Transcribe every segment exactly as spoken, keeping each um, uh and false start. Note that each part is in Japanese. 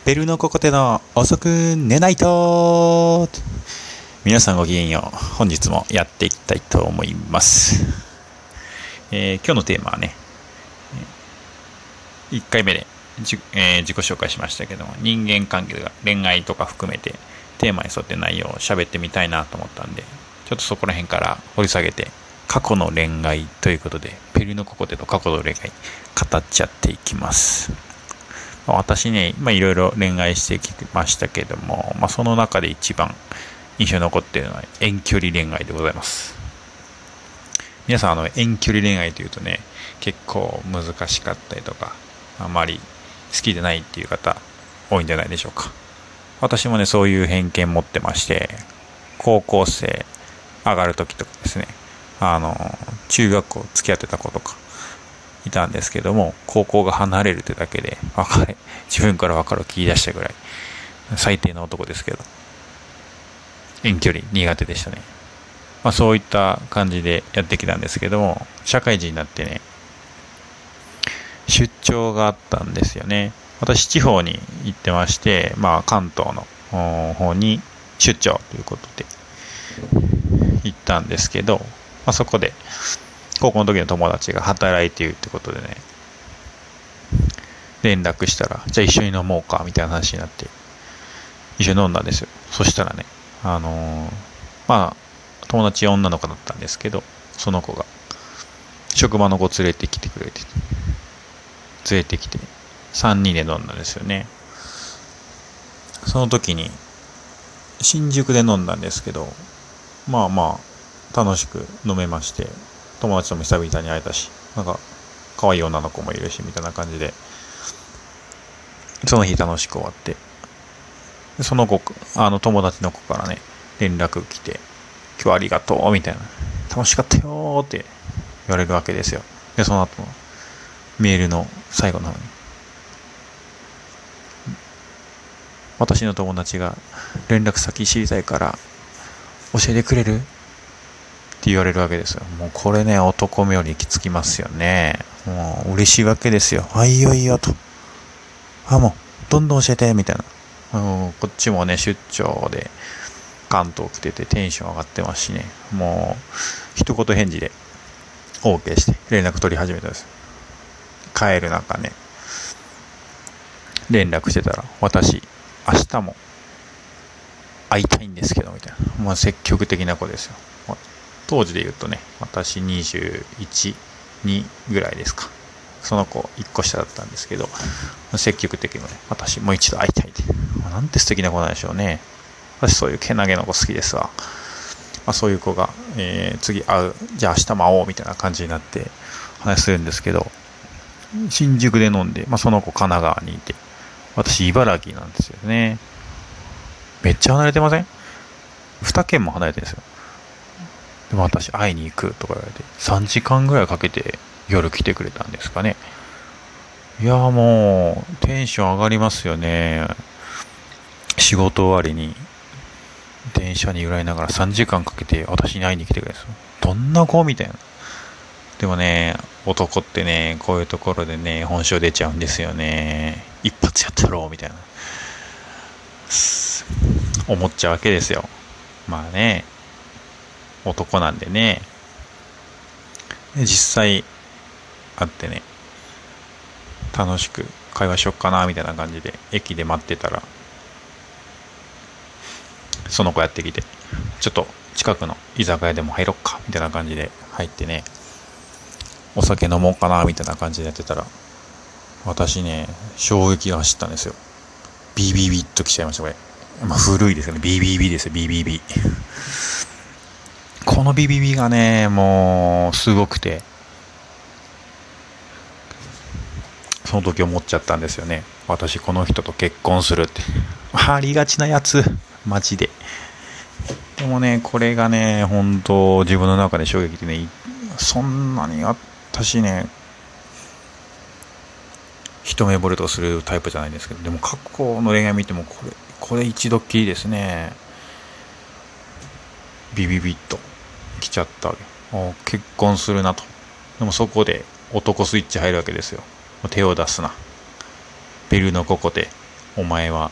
ベルのココテの遅く寝ないと。皆さんごきげんよう。本日もやっていきたいと思います。えー、今日のテーマはね、いっかいめでじ、えー、自己紹介しましたけども、人間関係が恋愛とか含めてテーマに沿って内容を喋ってみたいなと思ったんで、ちょっとそこら辺から掘り下げて、過去の恋愛ということで、ペルのココテと過去の恋愛語っちゃっていきます。私ね、今いろいろ恋愛してきてましたけども、まあ、その中で一番印象に残っているのは遠距離恋愛でございます。皆さん、あの遠距離恋愛というとね、結構難しかったりとか、あまり好きでないっていう方多いんじゃないでしょうか。私もね、そういう偏見持ってまして、高校生上がる時とかですね、あの中学校付き合ってた子とかいたんですけども、高校が離れるってだけで別れ自分から別れを切り出したぐらい最低な男ですけど、遠距離苦手でしたね。まあ、そういった感じでやってきたんですけども、社会人になってね、出張があったんですよね。私地方に行ってまして、まあ、関東の方に出張ということで行ったんですけど、まあ、そこで高校の時の友達が働いているってことでね、連絡したら、じゃあ一緒に飲もうかみたいな話になって、一緒に飲んだんですよ。そしたらね、あのー、まあ友達女の子だったんですけど、その子が職場の子連れてきてくれて、連れてきてさんにんで飲んだんですよね。その時に新宿で飲んだんですけど、まあまあ楽しく飲めまして、友達とも久々に会えたし、なんか可愛い女の子もいるしみたいな感じで、その日楽しく終わって、その子、あの友達の子からね、連絡来て、今日ありがとうみたいな、楽しかったよって言われるわけですよ。で、その後のメールの最後の方に、私の友達が連絡先知りたいから教えてくれるって言われるわけですよ。もうこれね、男目より行き着きますよね。もう嬉しいわけですよ。あ、いいよいいよと。あ、もうどんどん教えてみたいな。こっちもね、出張で関東来ててテンション上がってますしね、もう一言返事で OK して連絡取り始めたんです。帰る中ね、連絡してたら、私明日も会いたいんですけどみたいな、まあ、積極的な子ですよ。当時で言うとね、私にじゅういち、にぐらいですか。その子いっこ下だったんですけど、積極的にね、私もう一度会いたいって、なんて素敵な子なんでしょうね。私そういうけなげな子好きですわ。まあ、そういう子が、えー、次会う、じゃあ明日も会おうみたいな感じになって話するんですけど、新宿で飲んで、まあ、その子神奈川にいて、私茨城なんですよね。めっちゃ離れてません？に県も離れてるんですよ。でも私会いに行くとか言われて、さんじかんぐらいかけて夜来てくれたんですかね。いやもうテンション上がりますよね。仕事終わりに電車に揺られながらさんじかんかけて私に会いに来てくれるんですよ。どんな子みたいな。でもね、男ってね、こういうところでね、本性出ちゃうんですよね。一発やったろうみたいな思っちゃうわけですよ。まあね、男なんでね。実際会ってね、楽しく会話しよっかなみたいな感じで駅で待ってたら、その子やってきて、ちょっと近くの居酒屋でも入ろっかみたいな感じで入ってね、お酒飲もうかなみたいな感じでやってたら、私ね、衝撃が走ったんですよ。ビービービーっと来ちゃいました。これ、まあ、古いですよね。 ビービービー ですよ。 ビービービー この ビービービー がね、もうすごくて、その時思っちゃったんですよね。私この人と結婚するってありがちなやつ、マジで。でもね、これがね、本当自分の中で衝撃でね、そんなに私ね、一目惚れとするタイプじゃないんですけど、でも過去の恋愛見てもこれこれ一度っきりですね。ビビビッと来ちゃったわけ。結婚するなと。でもそこで男スイッチ入るわけですよ。手を出すな、ベルのココテお前は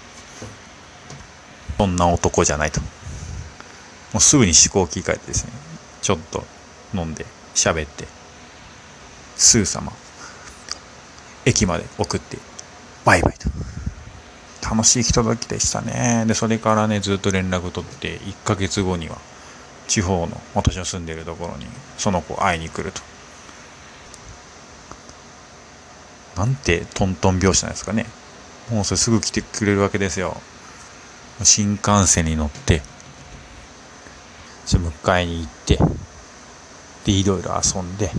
そんな男じゃないと。もうすぐに思考を切り替えてですね、ちょっと飲んで喋って、すぐさま駅まで送ってバイバイと。楽しいひとときでしたね。でそれからねずっと連絡取って、いっかげつごには地方の私の住んでいるところにその子会いに来ると。なんてトントン拍子なんですかね。もうそれすぐ来てくれるわけですよ。新幹線に乗ってそれ迎えに行って、でいろいろ遊んで、で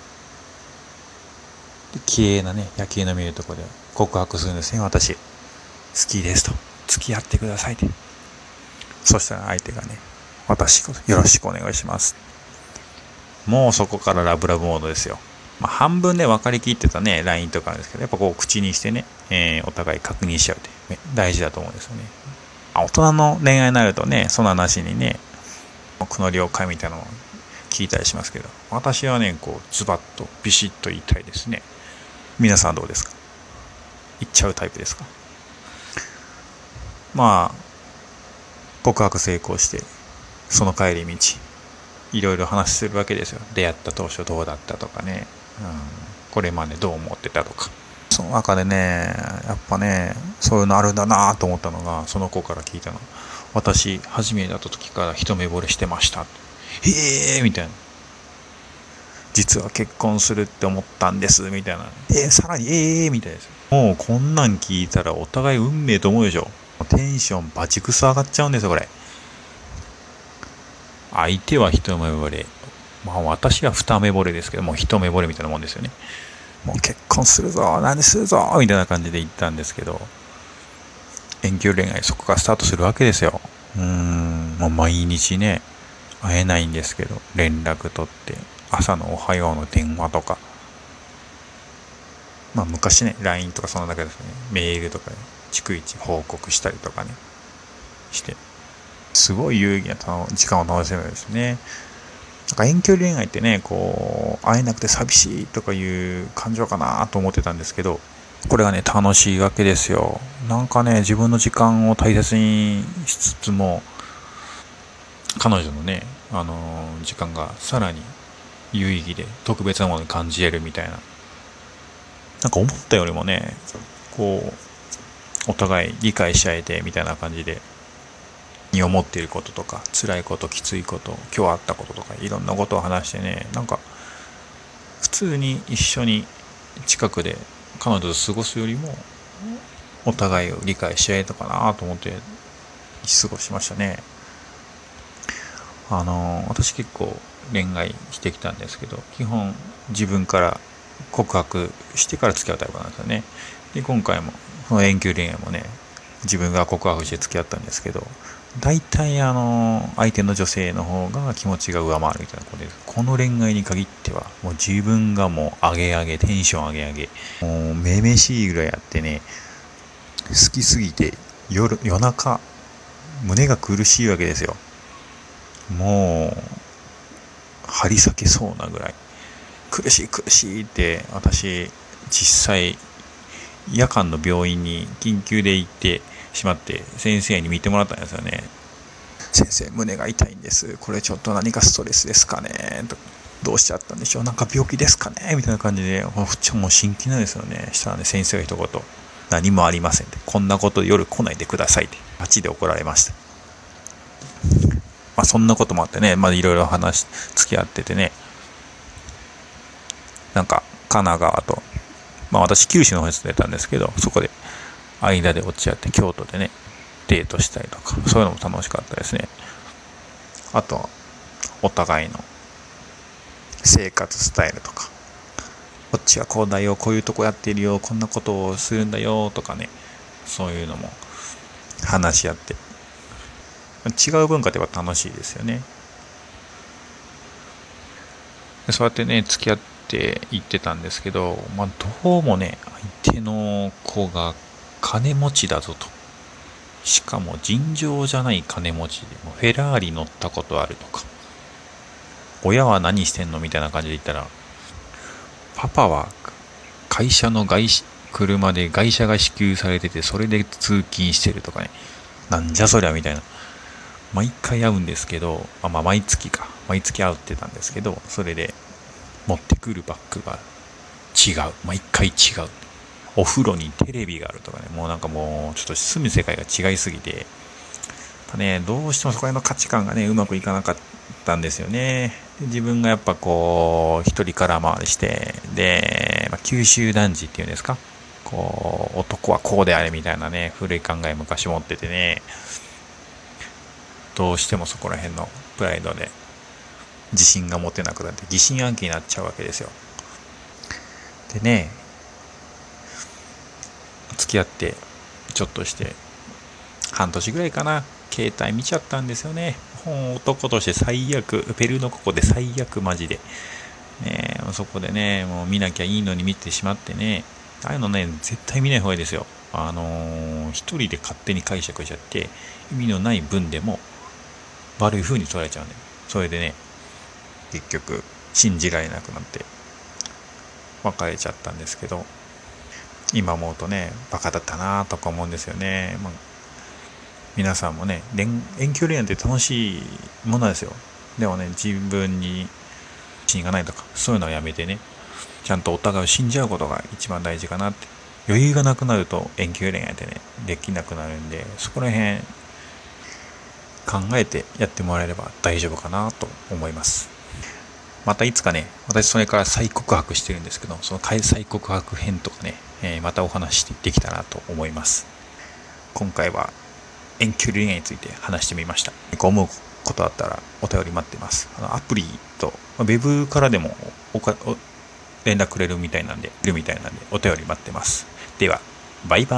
綺麗なね夜景の見えるところで告白するんですね。私好きですと、付き合ってくださいって。そしたら相手がね、私よろしくお願いします。もうそこからラブラブモードですよ。まあ、半分ね分かりきってたね ライン とかあるんですけど、やっぱこう口にしてね、えー、お互い確認しちゃうって、ね、大事だと思うんですよね。大人の恋愛になるとね、そんな話にね、この了解みたいなのを聞いたりしますけど、私はねこうズバッとビシッと言いたいですね。皆さんどうですか？言っちゃうタイプですか？まあ告白成功して、その帰り道いろいろ話するわけですよ。出会った当初どうだったとかね、うん、これまでどう思ってたとか。その中でねやっぱねそういうのあるんだなと思ったのが、その子から聞いたの。私初めて会った時から一目惚れしてました。へえみたいな。実は結婚するって思ったんですみたいな。えー、さらにええー、みたいです。もうこんなん聞いたらお互い運命と思うでしょ。テンションバチクソ上がっちゃうんですよこれ。相手は一目惚れ、まあ私は二目惚れですけども、一目惚れみたいなもんですよね。もう結婚するぞ何するぞみたいな感じで言ったんですけど、遠距離恋愛そこからスタートするわけですよ。うーん、もう毎日ね会えないんですけど連絡取って、朝のおはようの電話とか、まあ昔ね ライン とかそのだけですね、メールとかで逐一報告したりとかねして、すごい有意義な時間を楽しめるんですね。なんか遠距離恋愛ってね、こう会えなくて寂しいとかいう感情かなと思ってたんですけど、これがね楽しいわけですよ。なんかね自分の時間を大切にしつつも、彼女のねあのー、時間がさらに有意義で特別なものに感じれるみたいな。なんか思ったよりもねこうお互い理解し合えてみたいな感じで、に思っていることとか辛いこときついこと今日あったこととかいろんなことを話してね、なんか普通に一緒に近くで彼女と過ごすよりもお互いを理解し合えたかなと思って過ごしましたね。あの私結構恋愛してきたんですけど、基本自分から告白してから付き合うタイプなんですよね。で今回もその遠距離恋愛もね自分が告白して付き合ったんですけど、大体あの相手の女性の方が気持ちが上回るみたいなことです。この恋愛に限ってはもう自分がもう上げ上げテンション上げ上げ、もうめめしいぐらいやってね、好きすぎて夜夜中胸が苦しいわけですよ。もう張り裂けそうなぐらい苦しい苦しいって、私実際夜間の病院に緊急で行ってしまって先生に見てもらったんですよね。先生胸が痛いんです、これちょっと何かストレスですかねと、どうしちゃったんでしょう、なんか病気ですかねみたいな感じで、もう真剣なんですよね。したらね先生が一言、何もありませんって、こんなこと夜来ないでくださいって街で怒られました。まあそんなこともあってね、まあいろいろ話付き合っててね、なんか神奈川と、まあ私九州の方に住んでたんですけど、そこで間で落ち合って京都でねデートしたりとか、そういうのも楽しかったですね。あとはお互いの生活スタイルとか、こっちはこうだよ、こういうとこやってるよ、こんなことをするんだよとかね、そういうのも話し合って、違う文化では楽しいですよね。そうやってね付き合っていってたんですけど、まあどうもね相手の子が金持ちだぞと、しかも尋常じゃない金持ちで、もフェラーリ乗ったことあるとか、親は何してんのみたいな感じで言ったら、パパは会社の外資車で外車が支給されてて、それで通勤してるとかね、なんじゃそりゃみたいな。毎回会うんですけど、あ、まあ毎月か。毎月会ってたんですけど、それで持ってくるバッグが違う。毎回違う。お風呂にテレビがあるとかね、もうなんかもうちょっと住む世界が違いすぎて、ね、どうしてもそこら辺の価値観がね、うまくいかなかったんですよね。で自分がやっぱこう、一人空回りして、で、まあ、九州男児っていうんですか、こう、男はこうであれみたいなね、古い考え昔持っててね、どうしてもそこら辺のプライドで自信が持てなくなって疑心暗鬼になっちゃうわけですよ。でね、付き合ってちょっとして半年ぐらいかな、携帯見ちゃったんですよね。もう男として最悪、ペルーのここで最悪マジで。ね、そこでね、もう見なきゃいいのに見てしまってね、ああいうのね、絶対見ない方がいいですよ。あのー、一人で勝手に解釈しちゃって、意味のない文でも悪い風に捉えちゃうんで、それでね、結局信じられなくなって別れちゃったんですけど、今思うとね、バカだったなとか思うんですよね。まあ、皆さんもね、遠距離なんて楽しいものですよ。でもね、自分に自信がないとか、そういうのはやめてね、ちゃんとお互いを信じ合うことが一番大事かなって。余裕がなくなると遠距離恋愛ってね、できなくなるんで、そこら辺考えてやってもらえれば大丈夫かなと思います。またいつかね、私それから再告白してるんですけど、その再告白編とかね、えー、またお話しできたらと思います。今回は遠距離恋愛について話してみました。思うことあったらお便り待ってます。あのアプリとウェブからでもおかお連絡くれるみたいなんで、いるみたいなんでお便り待ってます。では、バイバイ。